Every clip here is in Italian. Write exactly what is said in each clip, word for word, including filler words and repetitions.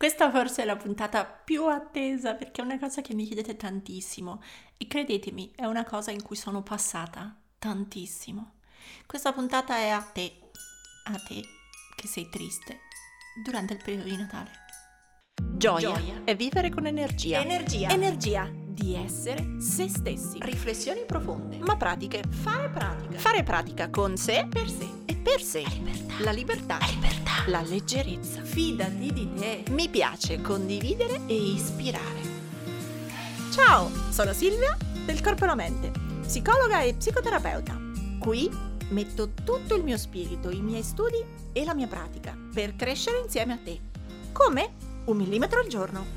Questa forse è la puntata più attesa perché è una cosa che mi chiedete tantissimo e credetemi, è una cosa in cui sono passata tantissimo. Questa puntata è a te, a te che sei triste durante il periodo di Natale. Gioia, Gioia. è vivere con energia. Energia. Energia di essere se stessi. Riflessioni profonde. Ma pratiche. Fare pratica. Fare pratica con sé Per sé. e per sé. La libertà. La libertà. La leggerezza. Fidati di te. Mi piace condividere e ispirare. Ciao, sono Silvia del Corpo e la Mente, psicologa e psicoterapeuta. Qui metto tutto il mio spirito, i miei studi e la mia pratica per crescere insieme a te. Come? Un millimetro al giorno.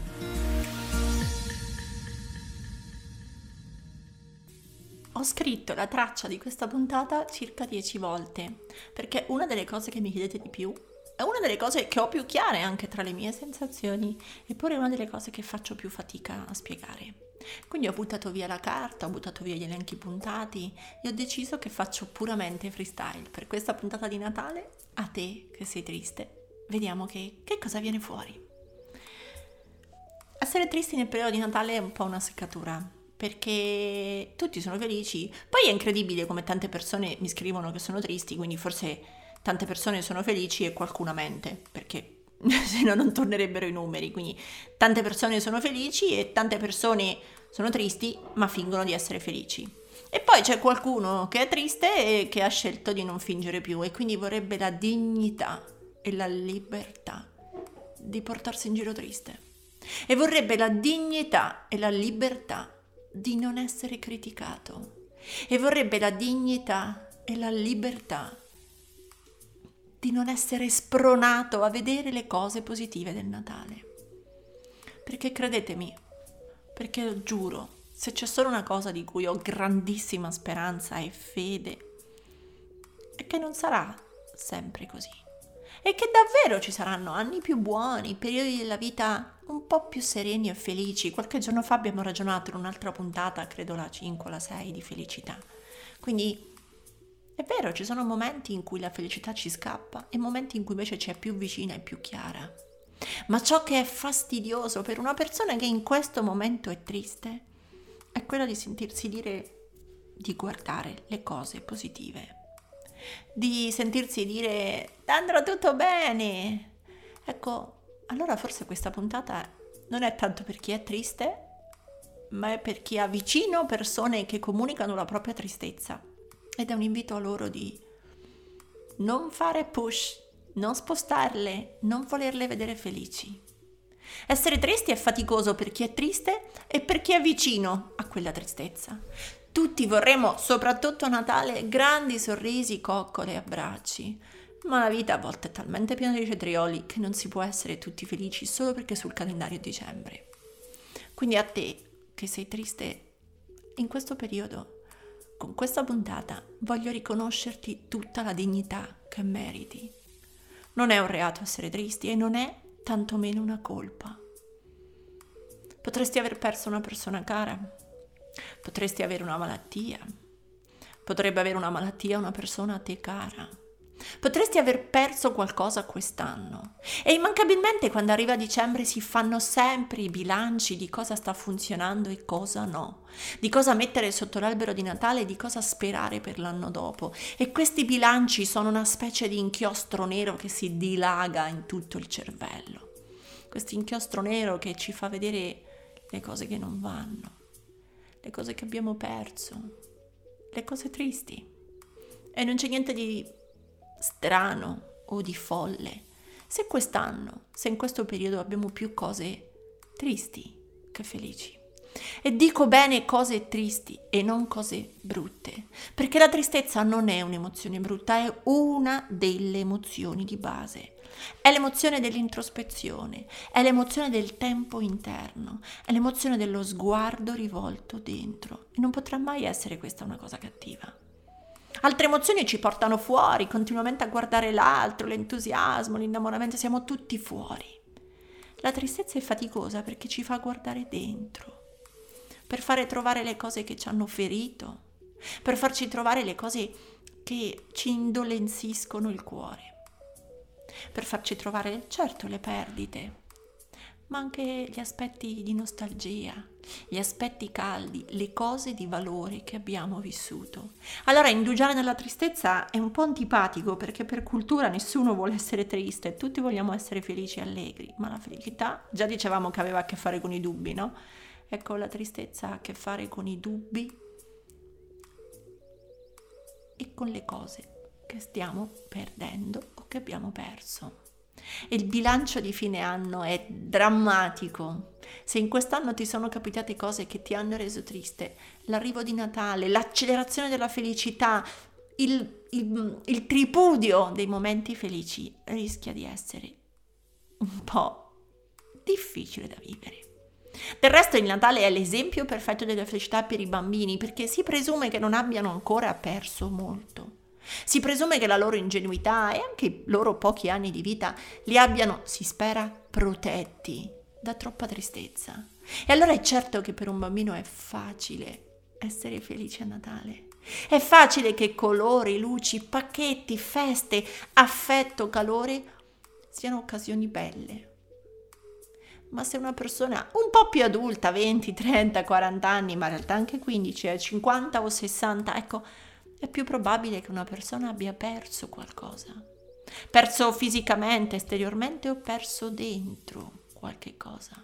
Ho scritto la traccia di questa puntata circa dieci volte, perché una delle cose che mi chiedete di più è una delle cose che ho più chiare anche tra le mie sensazioni, eppure è una delle cose che faccio più fatica a spiegare. Quindi ho buttato via la carta, ho buttato via gli elenchi puntati e ho deciso che faccio puramente freestyle. Per questa puntata di Natale, a te che sei triste, vediamo che, che cosa viene fuori. Essere tristi nel periodo di Natale è un po' una seccatura, perché tutti sono felici. Poi è incredibile come tante persone mi scrivono che sono tristi, quindi forse tante persone sono felici e qualcuna mente, perché se no non tornerebbero i numeri. Quindi tante persone sono felici e tante persone sono tristi ma fingono di essere felici. E poi c'è qualcuno che è triste e che ha scelto di non fingere più e quindi vorrebbe la dignità e la libertà di portarsi in giro triste. E vorrebbe la dignità e la libertà di non essere criticato. E vorrebbe la dignità e la libertà di non essere spronato a vedere le cose positive del Natale. Perché credetemi, perché lo giuro, se c'è solo una cosa di cui ho grandissima speranza e fede, è che non sarà sempre così. E che davvero ci saranno anni più buoni, periodi della vita un po' più sereni e felici. Qualche giorno fa abbiamo ragionato in un'altra puntata, credo la cinque o la sei, di felicità. Quindi è vero, ci sono momenti in cui la felicità ci scappa e momenti in cui invece ci è più vicina e più chiara. Ma ciò che è fastidioso per una persona che in questo momento è triste è quello di sentirsi dire di guardare le cose positive, di sentirsi dire andrà tutto bene. Ecco, allora forse questa puntata non è tanto per chi è triste, ma è per chi ha vicino persone che comunicano la propria tristezza. Ed è un invito a loro di non fare push, non spostarle, non volerle vedere felici. Essere tristi è faticoso per chi è triste e per chi è vicino a quella tristezza. Tutti vorremmo, soprattutto a Natale, grandi sorrisi, coccole e abbracci. Ma la vita a volte è talmente piena di cetrioli che non si può essere tutti felici solo perché sul calendario è dicembre. Quindi a te, che sei triste in questo periodo, con questa puntata voglio riconoscerti tutta la dignità che meriti. Non è un reato essere tristi e non è tantomeno una colpa. Potresti aver perso una persona cara, potresti avere una malattia, potrebbe avere una malattia una persona a te cara. Potresti aver perso qualcosa quest'anno e immancabilmente quando arriva dicembre si fanno sempre i bilanci di cosa sta funzionando e cosa no, di cosa mettere sotto l'albero di Natale e di cosa sperare per l'anno dopo, e questi bilanci sono una specie di inchiostro nero che si dilaga in tutto il cervello, questo inchiostro nero che ci fa vedere le cose che non vanno, le cose che abbiamo perso, le cose tristi. E non c'è niente di strano o di folle se quest'anno, se in questo periodo abbiamo più cose tristi che felici. E dico bene cose tristi e non cose brutte, perché la tristezza non è un'emozione brutta, è una delle emozioni di base. È l'emozione dell'introspezione, è l'emozione del tempo interno, è l'emozione dello sguardo rivolto dentro. E non potrà mai essere questa una cosa cattiva. Altre emozioni ci portano fuori, continuamente a guardare l'altro, l'entusiasmo, l'innamoramento, siamo tutti fuori. La tristezza è faticosa perché ci fa guardare dentro, per fare trovare le cose che ci hanno ferito, per farci trovare le cose che ci indolenziscono il cuore, per farci trovare, certo, le perdite, ma anche gli aspetti di nostalgia, gli aspetti caldi, le cose di valore che abbiamo vissuto. Allora, indugiare nella tristezza è un po' antipatico, perché per cultura nessuno vuole essere triste, tutti vogliamo essere felici e allegri, ma la felicità, già dicevamo che aveva a che fare con i dubbi, no? Ecco, la tristezza ha a che fare con i dubbi e con le cose che stiamo perdendo o che abbiamo perso. Il bilancio di fine anno è drammatico. Se in quest'anno ti sono capitate cose che ti hanno reso triste, l'arrivo di Natale, l'accelerazione della felicità, il, il, il tripudio dei momenti felici, rischia di essere un po' difficile da vivere. Del resto il Natale è l'esempio perfetto della felicità per i bambini, perché si presume che non abbiano ancora perso molto. Si presume che la loro ingenuità e anche i loro pochi anni di vita li abbiano, si spera, protetti da troppa tristezza. E allora è certo che per un bambino è facile essere felice a Natale. È facile che colori, luci, pacchetti, feste, affetto, calore siano occasioni belle. Ma se una persona un po' più adulta, venti, trenta, quaranta anni, ma in realtà anche quindici, cinquanta o sessanta, ecco, è più probabile che una persona abbia perso qualcosa. Perso fisicamente, esteriormente, o perso dentro qualche cosa.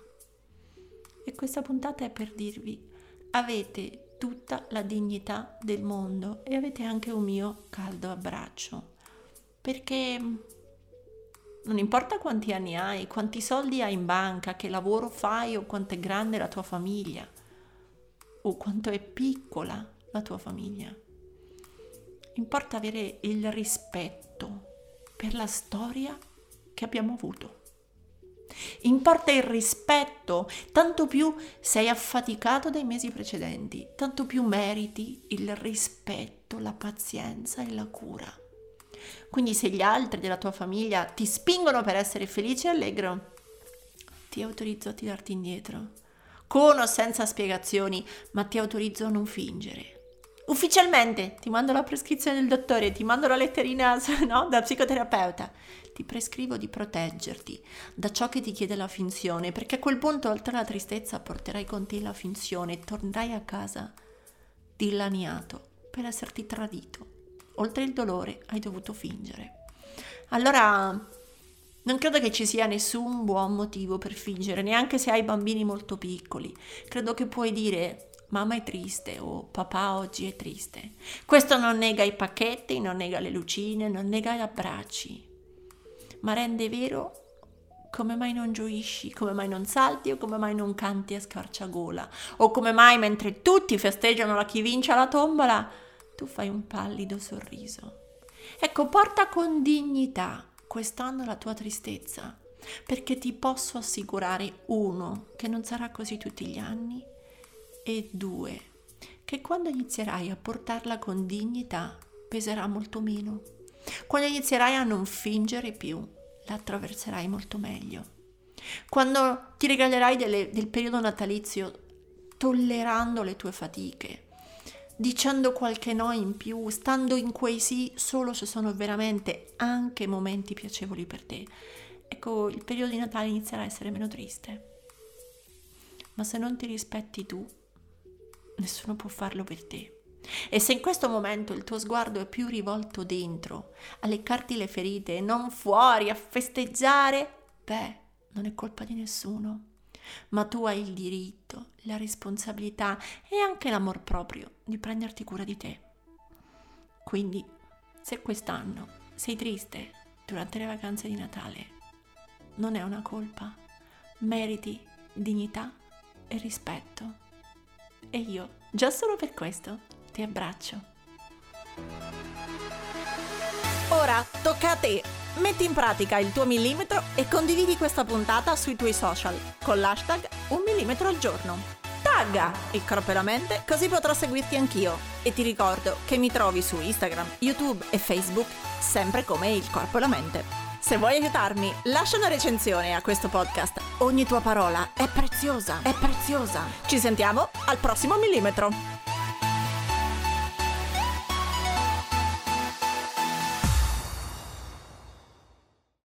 E questa puntata è per dirvi: avete tutta la dignità del mondo e avete anche un mio caldo abbraccio. Perché non importa quanti anni hai, quanti soldi hai in banca, che lavoro fai o quanto è grande la tua famiglia o quanto è piccola la tua famiglia. Importa avere il rispetto per la storia che abbiamo avuto. Importa il rispetto, tanto più sei affaticato dai mesi precedenti, tanto più meriti il rispetto, la pazienza e la cura. Quindi se gli altri della tua famiglia ti spingono per essere felice e allegro, ti autorizzo a tirarti indietro, con o senza spiegazioni, ma ti autorizzo a non fingere. Ufficialmente ti mando la prescrizione del dottore, ti mando la letterina, no, da psicoterapeuta. Ti prescrivo di proteggerti da ciò che ti chiede la finzione, perché a quel punto, oltre alla tristezza, porterai con te la finzione e tornerai a casa dilaniato per esserti tradito. Oltre il dolore hai dovuto fingere. Allora, non credo che ci sia nessun buon motivo per fingere, neanche se hai bambini molto piccoli. Credo che puoi dire: mamma è triste o papà oggi è triste. Questo non nega i pacchetti, non nega le lucine, non nega gli abbracci, ma rende vero come mai non gioisci, come mai non salti o come mai non canti a squarciagola, o come mai mentre tutti festeggiano la chi vince alla tombola, tu fai un pallido sorriso. Ecco, porta con dignità quest'anno la tua tristezza, perché ti posso assicurare, uno, che non sarà così tutti gli anni, e due, che quando inizierai a portarla con dignità peserà molto meno. Quando inizierai a non fingere più, la attraverserai molto meglio. Quando ti regalerai delle, del periodo natalizio tollerando le tue fatiche, dicendo qualche no in più, stando in quei sì solo se sono veramente anche momenti piacevoli per te, ecco, il periodo di Natale inizierà a essere meno triste. Ma se non ti rispetti tu, nessuno può farlo per te. E se in questo momento il tuo sguardo è più rivolto dentro, a leccarti le ferite e non fuori a festeggiare, beh, non è colpa di nessuno. Ma tu hai il diritto, la responsabilità e anche l'amor proprio di prenderti cura di te. Quindi, se quest'anno sei triste durante le vacanze di Natale, non è una colpa. Meriti dignità e rispetto. E io, già solo per questo, ti abbraccio. Ora tocca a te. Metti in pratica il tuo millimetro e condividi questa puntata sui tuoi social con l'hashtag un millimetro al giorno. Tagga il Corpo e la Mente, così potrò seguirti anch'io. E ti ricordo che mi trovi su Instagram, YouTube e Facebook sempre come il Corpo e la Mente. Se vuoi aiutarmi, lascia una recensione a questo podcast. Ogni tua parola è preziosa, è preziosa. Ci sentiamo al prossimo millimetro.